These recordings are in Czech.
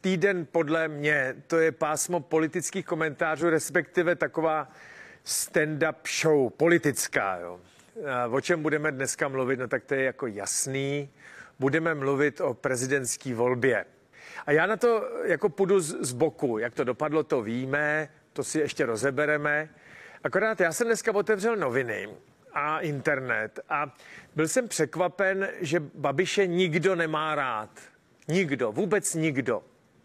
týden podle mě to je pásmo politických komentářů, respektive taková stand-up show politická. Jo. A o čem budeme dneska mluvit? No tak to je jako jasný. Budeme mluvit o prezidentské volbě. A já na to jako půjdu z boku. Jak to dopadlo, to víme, to si ještě rozebereme. Akorát já jsem dneska otevřel noviny a internet a byl jsem překvapen, že Babiše nikdo nemá rád. Nikdo, vůbec nikdo.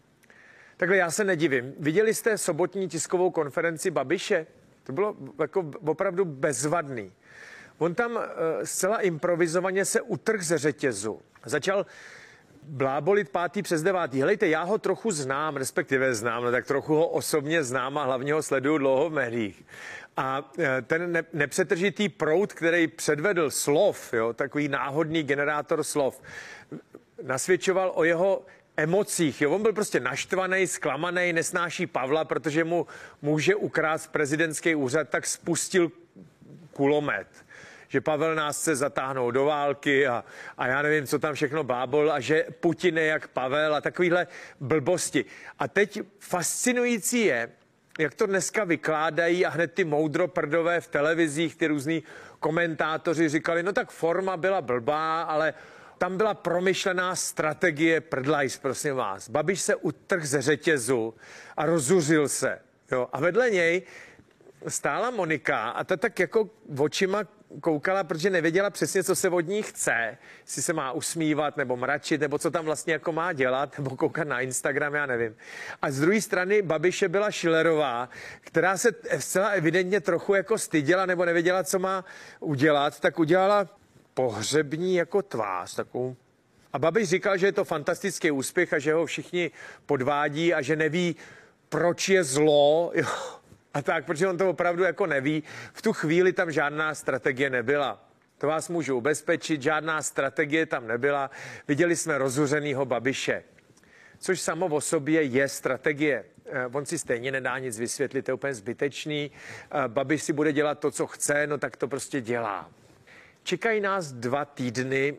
Takhle já se nedivím. Viděli jste sobotní tiskovou konferenci Babiše? To bylo jako opravdu bezvadný. On tam zcela improvizovaně se utrhl ze řetězu. Začal blábolit 5. přes 9. Helejte, já ho trochu znám, respektive znám, no tak trochu ho osobně znám a hlavně ho sleduju dlouho v médiích. A ten nepřetržitý proud, který předvedl slov, jo, takový náhodný generátor slov, nasvědčoval o jeho emocích. Jo. On byl prostě naštvaný, zklamaný, nesnáší Pavla, protože mu může ukrást prezidentský úřad, tak spustil kulomet. Že Pavel nás chce zatáhnout do války a já nevím, co tam všechno blábol a že Putin je jak Pavel a takovýhle blbosti. A teď fascinující je, jak to dneska vykládají a hned ty moudroprdové v televizích, ty různý komentátoři říkali, no tak forma byla blbá, ale tam byla promyšlená strategie prdlajs, prosím vás. Babiš se utrhl ze řetězu a rozuřil se. Jo? A vedle něj stála Monika a ta tak jako očima koukala, protože nevěděla přesně, co se od ní chce, jestli se má usmívat nebo mračit, nebo co tam vlastně jako má dělat, nebo koukat na Instagram, já nevím. A z druhé strany Babiše byla Schillerová, která se zcela evidentně trochu jako styděla nebo nevěděla, co má udělat, tak udělala pohřební jako tvář takovou. A Babiš říkal, že je to fantastický úspěch a že ho všichni podvádí a že neví, proč je zlo, jo. A tak, protože on to opravdu jako neví. V tu chvíli tam žádná strategie nebyla. To vás můžu ubezpečit, žádná strategie tam nebyla. Viděli jsme rozuřenýho Babiše. Což samo o sobě je strategie. On si stejně nedá nic vysvětlit, to je úplně zbytečný. Babiš si bude dělat to, co chce, no tak to prostě dělá. Čekají nás 2 týdny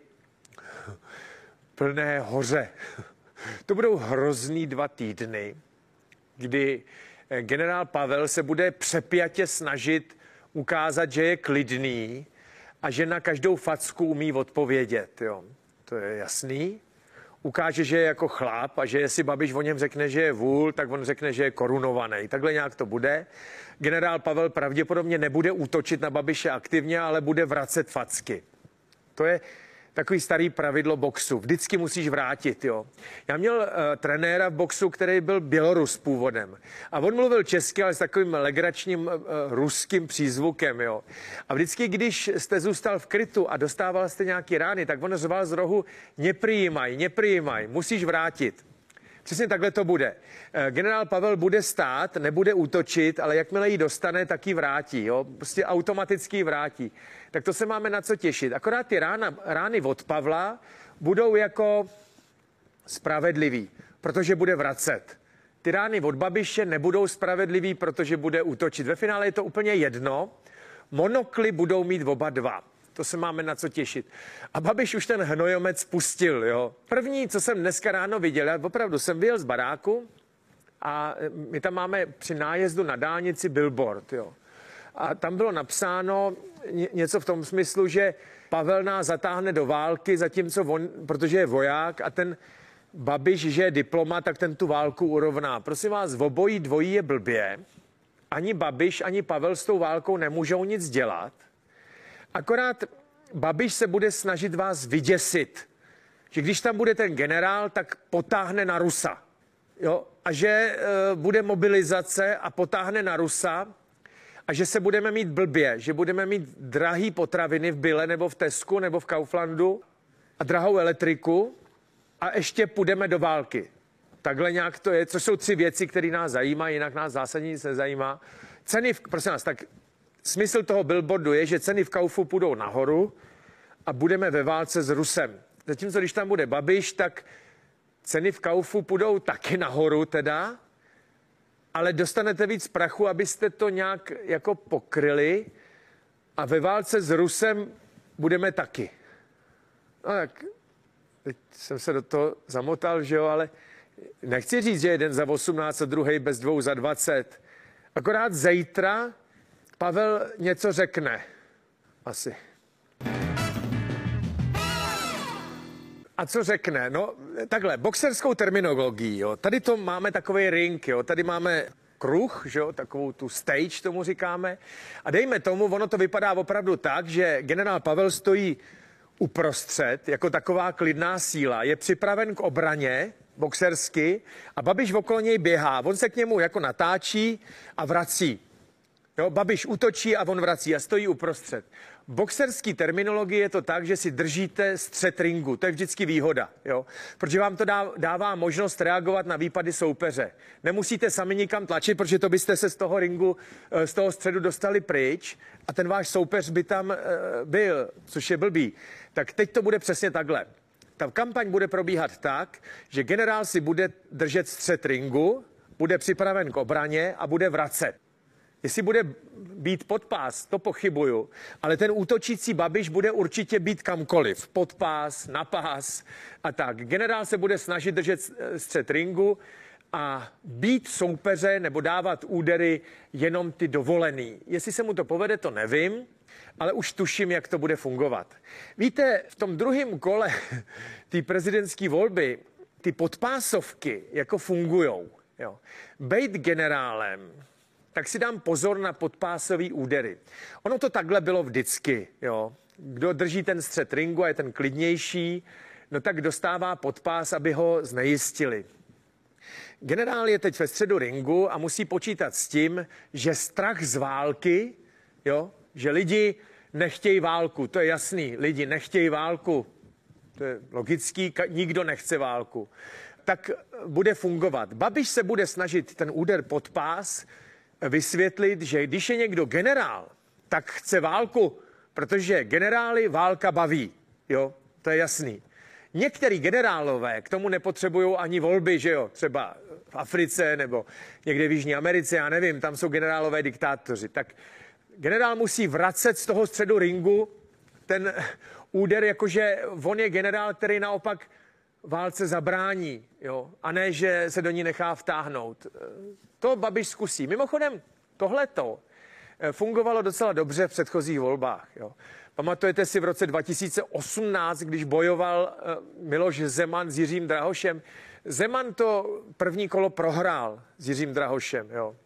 plné hoře. To budou hrozný 2 týdny, kdy generál Pavel se bude přepjatě snažit ukázat, že je klidný a že na každou facku umí odpovědět. Jo. To je jasný. Ukáže, že je jako chlap a že jestli Babiš o něm řekne, že je vůl, tak on řekne, že je korunovaný. Takhle nějak to bude. Generál Pavel pravděpodobně nebude útočit na Babiše aktivně, ale bude vracet facky. To je takový starý pravidlo boxu. Vždycky musíš vrátit, jo. Já měl trenéra v boxu, který byl Bělorus původem. A on mluvil česky, ale s takovým legračním ruským přízvukem, jo. A vždycky, když jste zůstal v krytu a dostával jste nějaký rány, tak on řval z rohu, nepřijímaj, musíš vrátit. Přesně takhle to bude. Generál Pavel bude stát, nebude útočit, ale jakmile ji dostane, tak ji vrátí. Jo? Prostě automaticky ji vrátí. Tak to se máme na co těšit. Akorát ty rány od Pavla budou jako spravedlivý, protože bude vracet. Ty rány od Babiše nebudou spravedlivý, protože bude útočit. Ve finále je to úplně jedno. Monokly budou mít oba dva. To se máme na co těšit. A Babiš už ten hnojomec pustil, jo. První, co jsem dneska ráno viděl, já opravdu jsem vyjel z baráku a my tam máme při nájezdu na dálnici billboard, jo. A tam bylo napsáno něco v tom smyslu, že Pavel nás zatáhne do války, zatímco on, protože je voják a ten Babiš, že je diplomat, tak ten tu válku urovná. Prosím vás, obojí dvojí je blbě. Ani Babiš, ani Pavel s tou válkou nemůžou nic dělat. Akorát Babiš se bude snažit vás vyděsit, že když tam bude ten generál, tak potáhne na Rusa. Jo? A že bude mobilizace a potáhne na Rusa a že se budeme mít blbě, že budeme mít drahý potraviny v Bille nebo v Tesku nebo v Kauflandu a drahou elektriku a ještě půjdeme do války. Takhle nějak to je, což jsou 3 věci, které nás zajímají, jinak nás zásadně nic nezajímá. Ceny, prosím vás, tak smysl toho billboardu je, že ceny v Kaufu půjdou nahoru a budeme ve válce s Rusem. Zatímco, když tam bude Babiš, tak ceny v Kaufu půjdou taky nahoru teda, ale dostanete víc prachu, abyste to nějak jako pokryli a ve válce s Rusem budeme taky. No tak, teď jsem se do toho zamotal, že jo, ale Nechci říct, že jeden za 18 a druhý bez 2 za 20. Akorát zítra Pavel něco řekne. Asi. A co řekne? No takhle, boxerskou terminologii, jo. Tady to máme takový ring, jo. Tady máme kruh, že jo, takovou tu stage tomu říkáme. A dejme tomu, ono to vypadá opravdu tak, že generál Pavel stojí uprostřed, jako taková klidná síla, je připraven k obraně, boxersky, a Babiš okolo něj běhá. On se k němu jako natáčí a vrací. Jo, Babiš útočí a on vrací a stojí uprostřed. V boxerský terminologii je to tak, že si držíte střed ringu. To je vždycky výhoda, jo? Protože vám to dává možnost reagovat na výpady soupeře. Nemusíte sami nikam tlačit, protože to byste se z toho ringu, z toho středu dostali pryč a ten váš soupeř by tam byl, což je blbý. Tak teď to bude přesně takhle. Ta kampaň bude probíhat tak, že generál si bude držet střed ringu, bude připraven k obraně a bude vracet. Jestli bude být pod pás, to pochybuju, ale ten útočící Babiš bude určitě být kamkoliv. Pod pás, na pás a tak. Generál se bude snažit držet střed ringu a být soupeře nebo dávat údery jenom ty dovolený. Jestli se mu to povede, to nevím, ale už tuším, jak to bude fungovat. Víte, v tom druhém kole té prezidentské volby ty podpásovky jako fungujou. Jo. Bejt generálem, tak si dám pozor na podpásový údery. Ono to takhle bylo vždycky. Jo. Kdo drží ten střed ringu a je ten klidnější, no tak dostává podpás, aby ho znejistili. Generál je teď ve středu ringu a musí počítat s tím, že strach z války, jo, že lidi nechtějí válku, to je jasný, lidi nechtějí válku, to je logický, nikdo nechce válku, tak bude fungovat. Babiš se bude snažit ten úder pod pás vysvětlit, že když je někdo generál, tak chce válku, protože generály válka baví, jo, to je jasný. Některý generálové k tomu nepotřebují ani volby, že jo, třeba v Africe nebo někde v Jižní Americe, já nevím, tam jsou generálové diktátoři. Tak generál musí vracet z toho středu ringu ten úder, jakože on je generál, který naopak válce zabrání, jo, a ne, že se do ní nechá vtáhnout. To Babiš zkusí. Mimochodem, tohleto fungovalo docela dobře v předchozích volbách, jo. Pamatujete si v roce 2018, když bojoval Miloš Zeman s Jiřím Drahošem? Zeman to první kolo prohrál s Jiřím Drahošem, jo.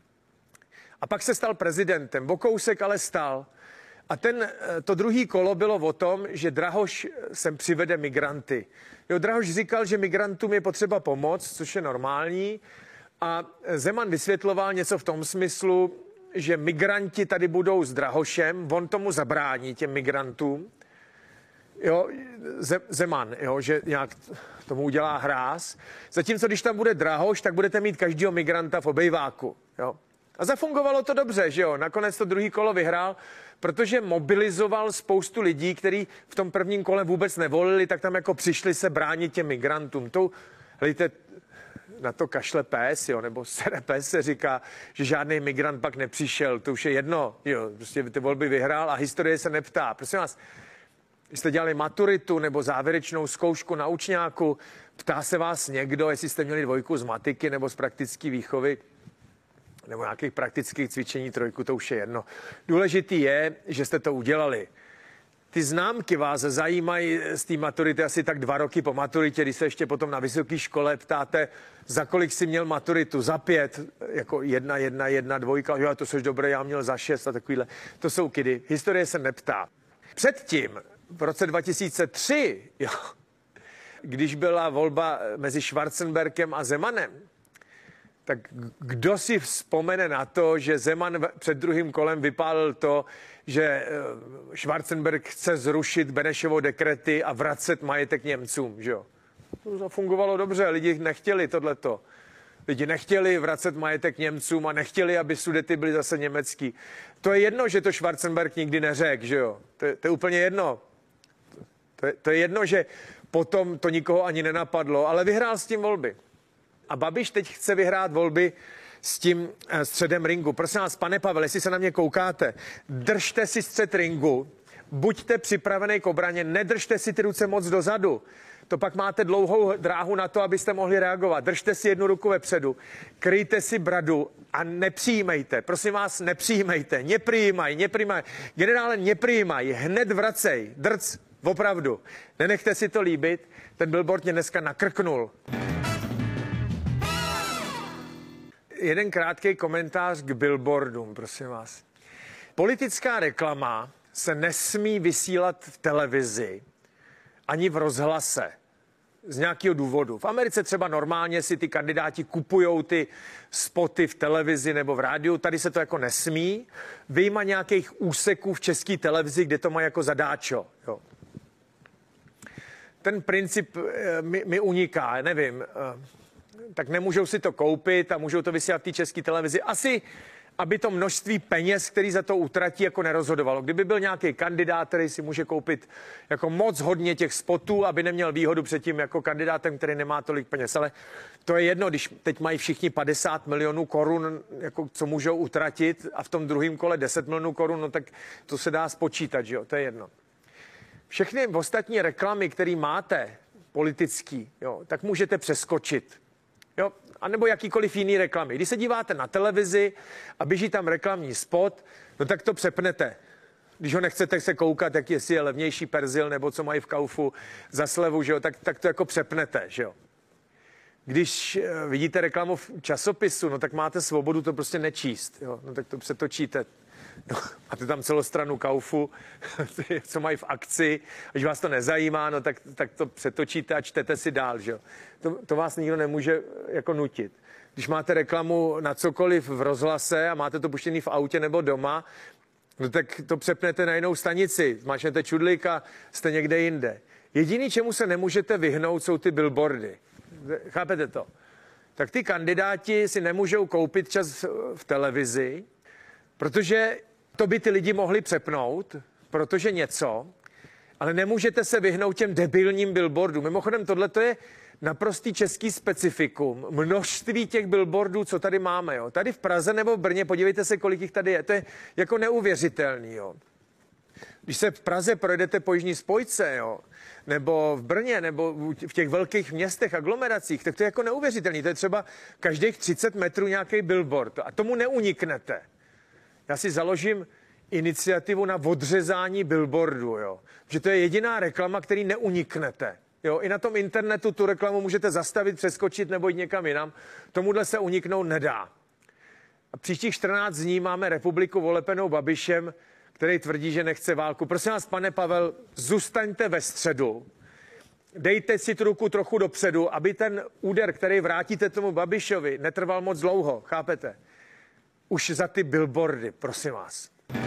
A pak se stal prezidentem, o kousek ale stal. A to druhý kolo bylo o tom, že Drahoš sem přivede migranty. Jo, Drahoš říkal, že migrantům je potřeba pomoct, což je normální. A Zeman vysvětloval něco v tom smyslu, že migranti tady budou s Drahošem, on tomu zabrání těm migrantům. Jo, Zeman, jo, že nějak tomu udělá hráz. Zatímco, když tam bude Drahoš, tak budete mít každého migranta v obejváku. Jo. A zafungovalo to dobře, že jo. Nakonec to druhý kolo vyhrál, protože mobilizoval spoustu lidí, kteří v tom prvním kole vůbec nevolili, tak tam jako přišli se bránit těm migrantům. Hlejte, na to kašle pes, jo, nebo sere pes se říká, že žádný migrant pak nepřišel, to už je jedno, jo, prostě ty volby vyhrál a historie se neptá. Prosím vás, když jste dělali maturitu nebo závěrečnou zkoušku na učňáku, ptá se vás někdo, jestli jste měli 2 z matiky nebo z praktické výchovy, nebo nějakých praktických cvičení 3, to už je jedno. Důležitý je, že jste to udělali. Ty známky vás zajímají z té maturity asi tak 2 roky po maturitě, když se ještě potom na vysoké škole ptáte, za kolik jsi měl maturitu, za 5, jako 1, 1, 1, 2, jo, to jsi dobré, já měl za 6 a takovýhle. To jsou kidy. Historie se neptá. Předtím, v roce 2003, jo, když byla volba mezi Schwarzenbergem a Zemanem, tak kdo si vzpomene na to, že Zeman před druhým kolem vypálil to, že Schwarzenberg chce zrušit Benešovo dekrety a vracet majetek Němcům, že jo? To fungovalo dobře, lidi nechtěli tohleto. Lidi nechtěli vracet majetek Němcům a nechtěli, aby Sudety byly zase německý. To je jedno, že to Schwarzenberg nikdy neřekl, že jo? To je úplně jedno. To je jedno, že potom to nikoho ani nenapadlo, ale vyhrál s tím volby. A Babiš teď chce vyhrát volby s tím středem ringu. Prosím vás, pane Pavel, jestli se na mě koukáte, držte si střed ringu, buďte připravený k obraně, nedržte si ty ruce moc dozadu. to pak máte dlouhou dráhu na to, abyste mohli reagovat. Držte si jednu ruku vepředu, kryjte si bradu a nepřijímejte. Prosím vás, nepřijímejte. Nepřijímaj. Generále, nepřijímaj. Hned vracej. Drc. Opravdu. Nenechte si to líbit. Ten billboard mě dneska nakrknul. Jeden krátký komentář k billboardům, prosím vás. Politická reklama se nesmí vysílat v televizi ani v rozhlase. Z nějakého důvodu. V Americe třeba normálně si ty kandidáti kupujou ty spoty v televizi nebo v rádiu. Tady se to jako nesmí. Vyjma nějakých úseků v české televizi, kde to má jako zadáčo. Jo. Ten princip mi uniká, nevím. Tak nemůžou si to koupit a můžou to vysílat v té české televizi. Asi, aby to množství peněz, který za to utratí, jako nerozhodovalo. Kdyby byl nějaký kandidát, který si může koupit jako moc hodně těch spotů, aby neměl výhodu před tím jako kandidátem, který nemá tolik peněz. Ale to je jedno, když teď mají všichni 50 milionů korun, jako co můžou utratit a v tom druhém kole 10 milionů korun, no tak to se dá spočítat, že jo, to je jedno. Všechny ostatní reklamy, které máte, politický, jo, tak můžete přeskočit. Jo, a nebo jakýkoliv jiný reklamy. Když se díváte na televizi a běží tam reklamní spot, no tak to přepnete. Když ho nechcete se koukat, jak jestli je levnější perzil nebo co mají v Kaufu za slevu, že jo, tak to jako přepnete, že jo. Když vidíte reklamu v časopisu, no tak máte svobodu to prostě nečíst, jo, no tak to přetočíte. No, máte tam celou stranu Kaufu, co mají v akci, když vás to nezajímá, no tak to přetočíte a čtete si dál, že jo. To vás nikdo nemůže jako nutit. Když máte reklamu na cokoliv v rozhlase a máte to puštěný v autě nebo doma, no tak to přepnete na jinou stanici, zmáčknete čudlík a jste někde jinde. Jediný, čemu se nemůžete vyhnout, jsou ty billboardy. Chápete to? Tak ty kandidáti si nemůžou koupit čas v televizi, protože to by ty lidi mohli přepnout, protože něco, ale nemůžete se vyhnout těm debilním billboardům. Mimochodem, tohle je naprostý český specifikum. Množství těch billboardů, co tady máme. Jo. Tady v Praze nebo v Brně, podívejte se, kolik jich tady je. To je jako neuvěřitelný. Jo. Když se v Praze projedete po jižní spojce, jo, nebo v Brně, nebo v těch velkých městech, aglomeracích, tak to je jako neuvěřitelný. To je třeba každých 30 metrů nějaký billboard. A tomu neuniknete. Já si založím iniciativu na odřezání billboardu, jo. Že to je jediná reklama, který neuniknete. Jo. I na tom internetu tu reklamu můžete zastavit, přeskočit nebo jít někam jinam. Tomuhle se uniknout nedá. A příštích 14 dní máme republiku volepenou Babišem, který tvrdí, že nechce válku. Prosím vás, pane Pavel, zůstaňte ve středu. Dejte si tu ruku trochu dopředu, aby ten úder, který vrátíte tomu Babišovi, netrval moc dlouho. Chápete? Už za ty billboardy, prosím vás.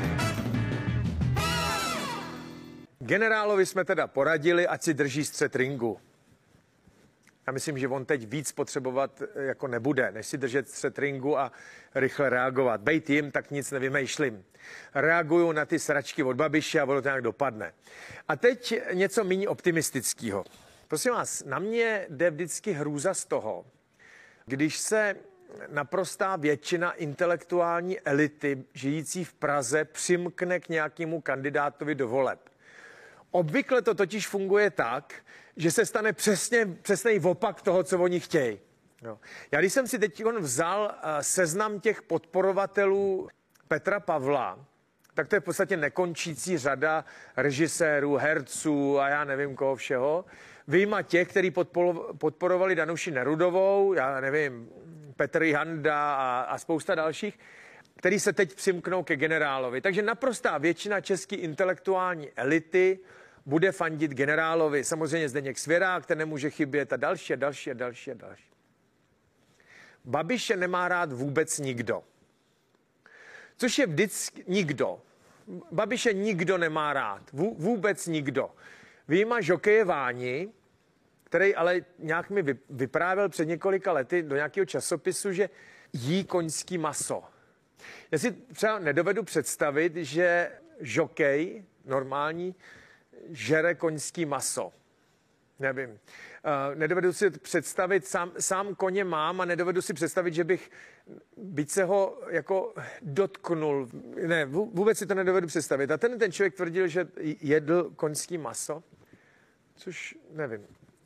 Generálovi jsme teda poradili, ať si drží střed ringu. Já myslím, že on teď víc potřebovat jako nebude, než si držet střed ringu a rychle reagovat. Bejt jim, tak nic nevymýšlím. Reaguju na ty sračky od Babiše a ono to nějak dopadne. A teď něco méně optimistického. Prosím vás, na mě jde vždycky hrůza z toho, když se naprostá většina intelektuální elity žijící v Praze přimkne k nějakému kandidátovi do voleb. Obvykle to totiž funguje tak, že se stane přesný opak toho, co oni chtějí. No. Já když jsem si teď vzal seznam těch podporovatelů Petra Pavla, tak to je v podstatě nekončící řada režisérů, herců a já nevím koho všeho. Vyjma těch, kteří podporovali Danuši Nerudovou, já nevím, Petr Janda a spousta dalších, který se teď přimknou ke generálovi. Takže naprostá většina české intelektuální elity bude fandit generálovi. Samozřejmě Zdeněk Svěrák, ten nemůže chybět a další a další a další a další. Babiše nemá rád vůbec nikdo. Což je vždycky nikdo. Babiše nikdo nemá rád. Vůbec nikdo. Vyjma žokeje Váni, který ale nějak mi vyprávěl před několika lety do nějakého časopisu, že jí koňský maso. Já si třeba nedovedu představit, že žokej normální žere koňský maso. Nevím. Nedovedu si představit, sám koně mám a nedovedu si představit, že bych, byť se ho jako dotknul. Ne, vůbec si to nedovedu představit. A ten člověk tvrdil, že jedl koňský maso, což nevím.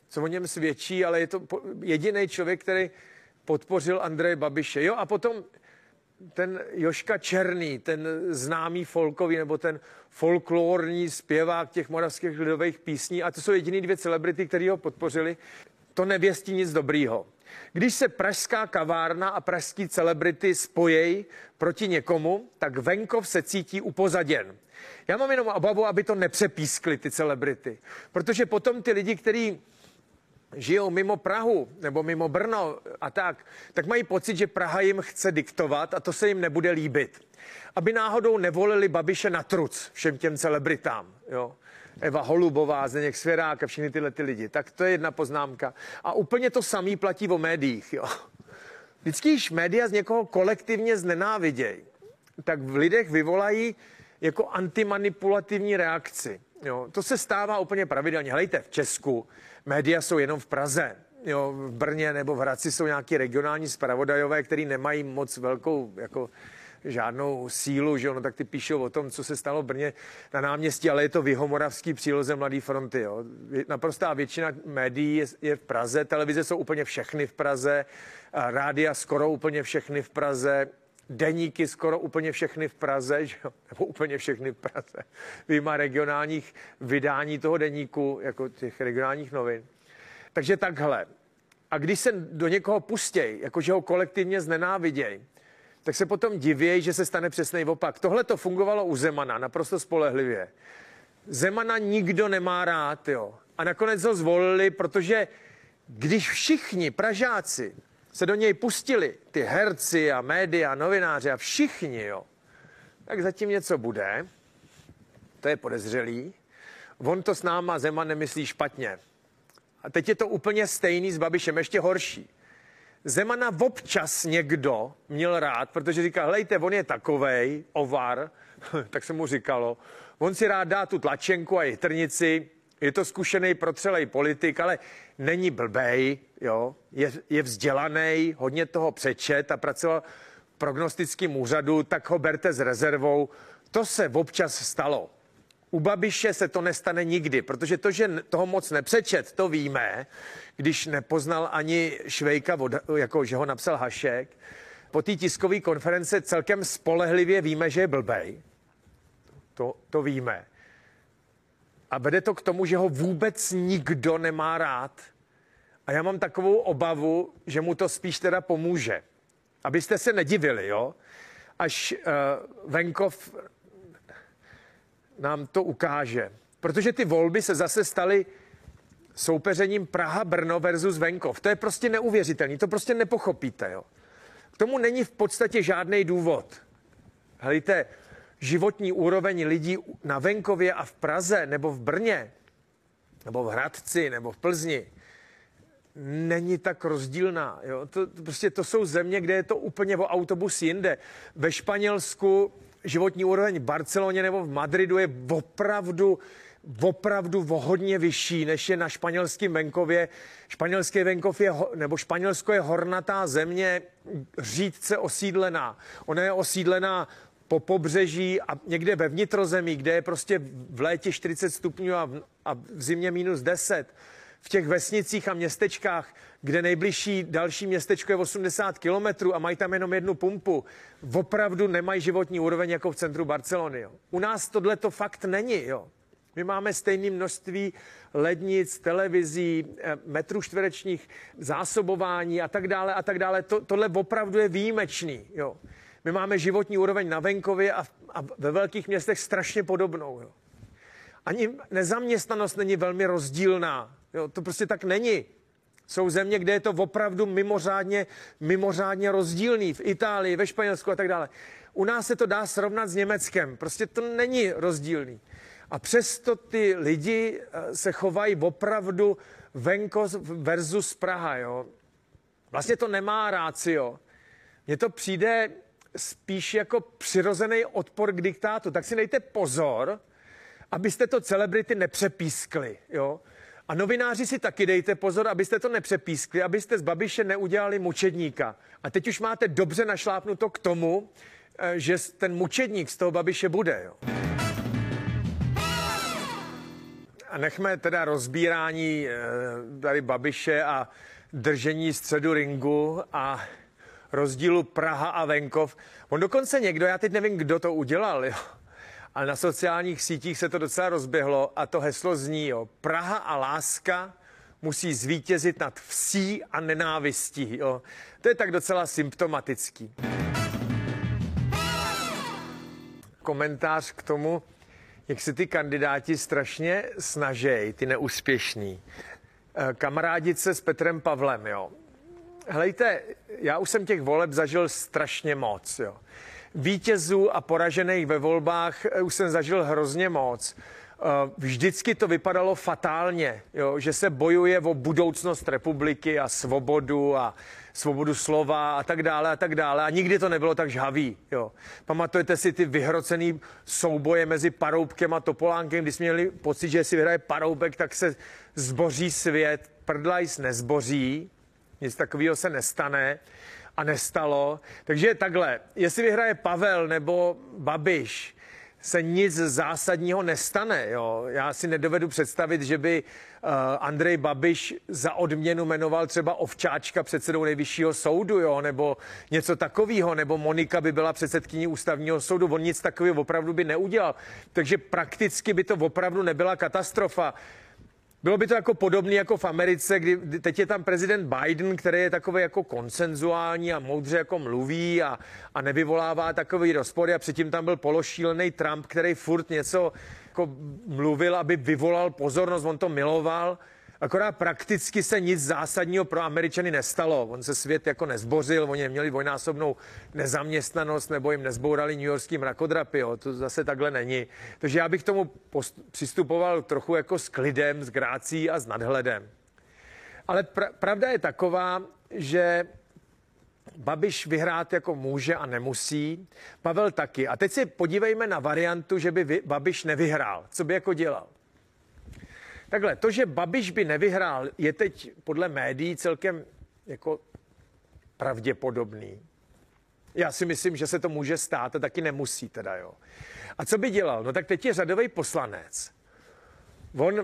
co o něm svědčí, ale je to jediný člověk, který podpořil Andreje Babiše. Jo, a potom ten Jožka Černý, ten známý folkový nebo ten folklorní zpěvák těch moravských lidových písní, a to jsou jediný dvě celebrity, které ho podpořili, to nevěstí nic dobrýho. Když se pražská kavárna a pražský celebrity spojejí proti někomu, tak venkov se cítí upozaděn. Já mám jenom obavu, aby to nepřepískli ty celebrity, protože potom ty lidi, kteří žijou mimo Prahu nebo mimo Brno a tak mají pocit, že Praha jim chce diktovat a to se jim nebude líbit. Aby náhodou nevolili Babiše na truc všem těm celebritám, jo. Eva Holubová, Zdeněk Svěrák a všechny tyhle ty lidi. Tak to je jedna poznámka. A úplně to samý platí o médiích, jo. Vždycky, když média z někoho kolektivně znenávidějí, tak v lidech vyvolají jako antimanipulativní reakci. Jo. To se stává úplně pravidelně. Hejte, v Česku média jsou jenom v Praze. Jo, v Brně nebo v Hradci jsou nějaký regionální zpravodajové, který nemají moc velkou jako žádnou sílu, že ono tak ty píšou o tom, co se stalo v Brně na náměstí, ale je to v jihomoravský příloze Mladé fronty. Jo. Naprostá většina médií je v Praze, televize jsou úplně všechny v Praze, rádia skoro úplně všechny v Praze, deníky skoro úplně všechny v Praze, že jo? Nebo úplně všechny v Praze. Vyjma regionálních vydání toho deníku, jako těch regionálních novin. Takže takhle. A když se do někoho pustěj, jakože ho kolektivně znenáviděj, tak se potom divěj, že se stane přesnej opak. Tohle to fungovalo u Zemana naprosto spolehlivě. Zemana nikdo nemá rád, jo. A nakonec ho zvolili, protože když všichni Pražáci se do něj pustili, ty herci a média, novináři a všichni, jo, tak zatím něco bude. To je podezřelý. On to s náma Zeman nemyslí špatně. A teď je to úplně stejný s Babišem, ještě horší. Zemana občas někdo měl rád, protože říkal, helejte, on je takovej, ovar, tak se mu říkalo, on si rád dá tu tlačenku a jitrnici, je to zkušený, protřelej politik, ale není blbej, jo, je vzdělaný, hodně toho přečet a pracoval v prognostickém úřadu, tak ho berte s rezervou. To se občas stalo. U Babiše se to nestane nikdy, protože to, že toho moc nepřečet, to víme, když nepoznal ani Švejka, jako že ho napsal Hašek. Po té tiskové konference celkem spolehlivě víme, že je blbej. To víme. A vede to k tomu, že ho vůbec nikdo nemá rád. A já mám takovou obavu, že mu to spíš teda pomůže. Abyste se nedivili, jo? Až venkov nám to ukáže. Protože ty volby se zase staly soupeřením Praha-Brno versus venkov. To je prostě neuvěřitelný, to prostě nepochopíte, jo? K tomu není v podstatě žádný důvod. Helejte, životní úroveň lidí na venkově a v Praze nebo v Brně nebo v Hradci nebo v Plzni není tak rozdílná. Jo? To jsou země, kde je to úplně o autobus jinde. Ve Španělsku životní úroveň v Barceloně nebo v Madridu je opravdu o hodně vyšší, než je na španělském venkově. Španělský venkov nebo Španělsko je hornatá země, řídce osídlená. Ona je osídlená po pobřeží a někde ve vnitrozemí, kde je prostě v létě 40 stupňů a v zimě -10. V těch vesnicích a městečkách, kde nejbližší další městečko je 80 kilometrů a mají tam jenom jednu pumpu, opravdu nemají životní úroveň jako v centru Barcelony. Jo. U nás tohle to fakt není. Jo. My máme stejné množství lednic, televizí, metrů čtverečních, zásobování a tak dále a tak dále. Tohle opravdu je výjimečný. Jo. My máme životní úroveň na venkově a ve velkých městech strašně podobnou. Jo. Ani nezaměstnanost není velmi rozdílná. Jo, to prostě tak není. Jsou země, kde je to opravdu mimořádně rozdílný. V Itálii, ve Španělsku a tak dále. U nás se to dá srovnat s Německem. Prostě to není rozdílný. A přesto ty lidi se chovají opravdu venkov versus Praha. Jo. Vlastně to nemá rácio. Mně to přijde spíš jako přirozený odpor k diktátu. Tak si dejte pozor, abyste to celebrity nepřepískli. Jo. A novináři si taky dejte pozor, abyste to nepřepískli, abyste z Babiše neudělali mučedníka. A teď už máte dobře našlápnuto k tomu, že ten mučedník z toho Babiše bude. Jo. nechme teda rozbírání tady Babiše a držení středu ringu a rozdílu Praha a venkov. On dokonce někdo, já teď nevím, kdo to udělal, jo, ale na sociálních sítích se to docela rozběhlo a to heslo zní, jo, Praha a láska musí zvítězit nad vsí a nenávistí. Jo. To je tak docela symptomatický. Komentář k tomu, jak se ty kandidáti strašně snaží, ty neúspěšní, kamarádit se s Petrem Pavlem, jo. Helejte, já už jsem těch voleb zažil strašně moc, jo. Vítězů a poražených ve volbách už jsem zažil hrozně moc. Vždycky to vypadalo fatálně, jo, že se bojuje o budoucnost republiky a svobodu slova a tak dále a nikdy to nebylo tak žhavý, jo. Pamatujete si ty vyhrocený souboje mezi Paroubkem a Topolánkem, když jsme měli pocit, že si vyhraje Paroubek, tak se zboří svět, Prdlajs nezboří, nic takového se nestane a nestalo. Takže takhle, jestli vyhraje Pavel nebo Babiš, se nic zásadního nestane. Jo. Já si nedovedu představit, že by Andrej Babiš za odměnu jmenoval třeba Ovčáčka předsedou Nejvyššího soudu, jo, nebo něco takového, nebo Monika by byla předsedkyní Ústavního soudu. On nic takového opravdu by neudělal. Takže prakticky by to opravdu nebyla katastrofa. Bylo by to jako podobné jako v Americe, kdy teď je tam prezident Biden, který je takový jako konsenzuální a moudře jako mluví a nevyvolává takový rozpory a předtím tam byl pološílený Trump, který furt něco jako mluvil, aby vyvolal pozornost, on to miloval. Akorát prakticky se nic zásadního pro Američany nestalo. On se svět jako nezbořil, oni neměli dvojnásobnou nezaměstnanost nebo jim nezbourali newyorský mrakodrapy. Jo. To zase takhle není. Takže já bych tomu přistupoval trochu jako s klidem, s grácí a s nadhledem. Ale pravda je taková, že Babiš vyhrát jako může a nemusí, Pavel taky. A teď si podívejme na variantu, že by Babiš nevyhrál. Co by jako dělal? Takhle, to, že Babiš by nevyhrál, je teď podle médií celkem jako pravděpodobný. Já si myslím, že se to může stát a taky nemusí teda, jo. A co by dělal? No tak teď je řadový poslanec. On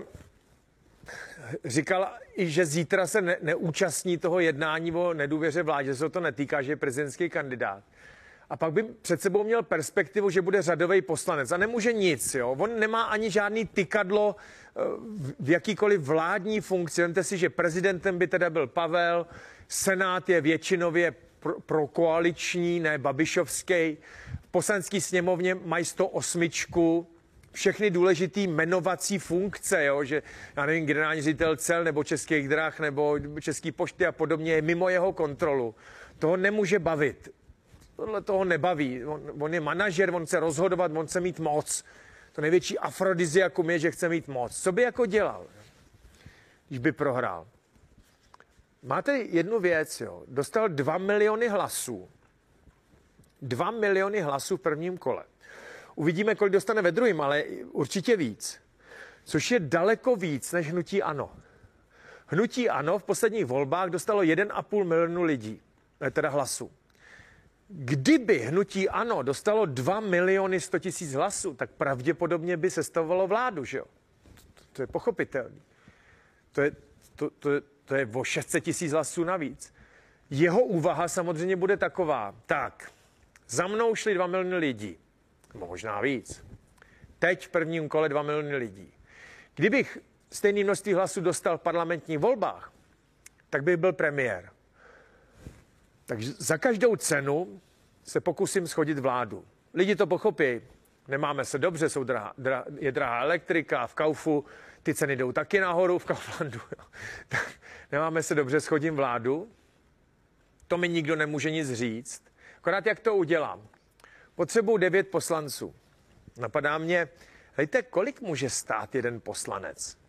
říkal i, že zítra se neúčastní toho jednání o nedůvěře vládě, že se to netýká, že je prezidentský kandidát. A pak by před sebou měl perspektivu, že bude řadový poslanec. A nemůže nic, jo. On nemá ani žádný tykadlo v jakýkoliv vládní funkci. Vemte si, že prezidentem by teda byl Pavel, senát je většinově pro koaliční, ne babišovský. V poslanecké sněmovně mají 108, všechny důležitý jmenovací funkce, jo, že já nevím, generální ředitel cel nebo Českých drah nebo Český pošty a podobně je mimo jeho kontrolu. Toho nemůže bavit. Tohle toho nebaví. On je manažer, on chce rozhodovat, on chce mít moc. To největší afrodiziakum je, že chce mít moc. Co by jako dělal, když by prohrál? Máte jednu věc, jo. Dostal 2 miliony hlasů. 2 miliony hlasů v prvním kole. Uvidíme, kolik dostane ve druhém, ale určitě víc. Což je daleko víc než hnutí ANO. Hnutí ANO v posledních volbách dostalo 1,5 milionu lidí, teda hlasů. Kdyby hnutí ANO dostalo 2 miliony 100 000 hlasů, tak pravděpodobně by sestavovalo vládu, že jo? To je pochopitelné. To je o 600 000 hlasů navíc. Jeho úvaha samozřejmě bude taková. Tak, za mnou šli 2 miliony lidí. Možná víc. Teď v prvním kole 2 miliony lidí. Kdybych stejné množství hlasů dostal v parlamentních volbách, tak bych byl premiér. Takže za každou cenu se pokusím shodit vládu. Lidi to pochopí. Nemáme se dobře, je drahá elektrika, v Kaufu ty ceny jdou taky nahoru, v Kauflandu. Nemáme se dobře, shodím vládu. To mi nikdo nemůže nic říct. Akorát jak to udělám? Potřebuji 9 poslanců. Napadá mě, hejte, kolik může stát jeden poslanec?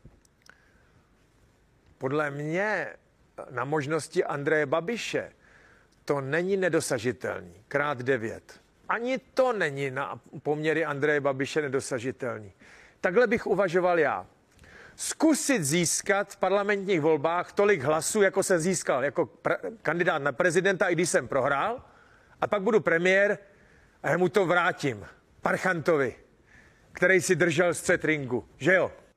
Podle mě na možnosti Andreje Babiše to není nedosažitelný. Krát 9. Ani to není na poměry Andreje Babiše nedosažitelný. Takhle bych uvažoval já. Zkusit získat v parlamentních volbách tolik hlasů, jako jsem získal jako kandidát na prezidenta, i když jsem prohrál, a pak budu premiér a já mu to vrátím. Parchantovi, který si držel střed ringu. Že jo?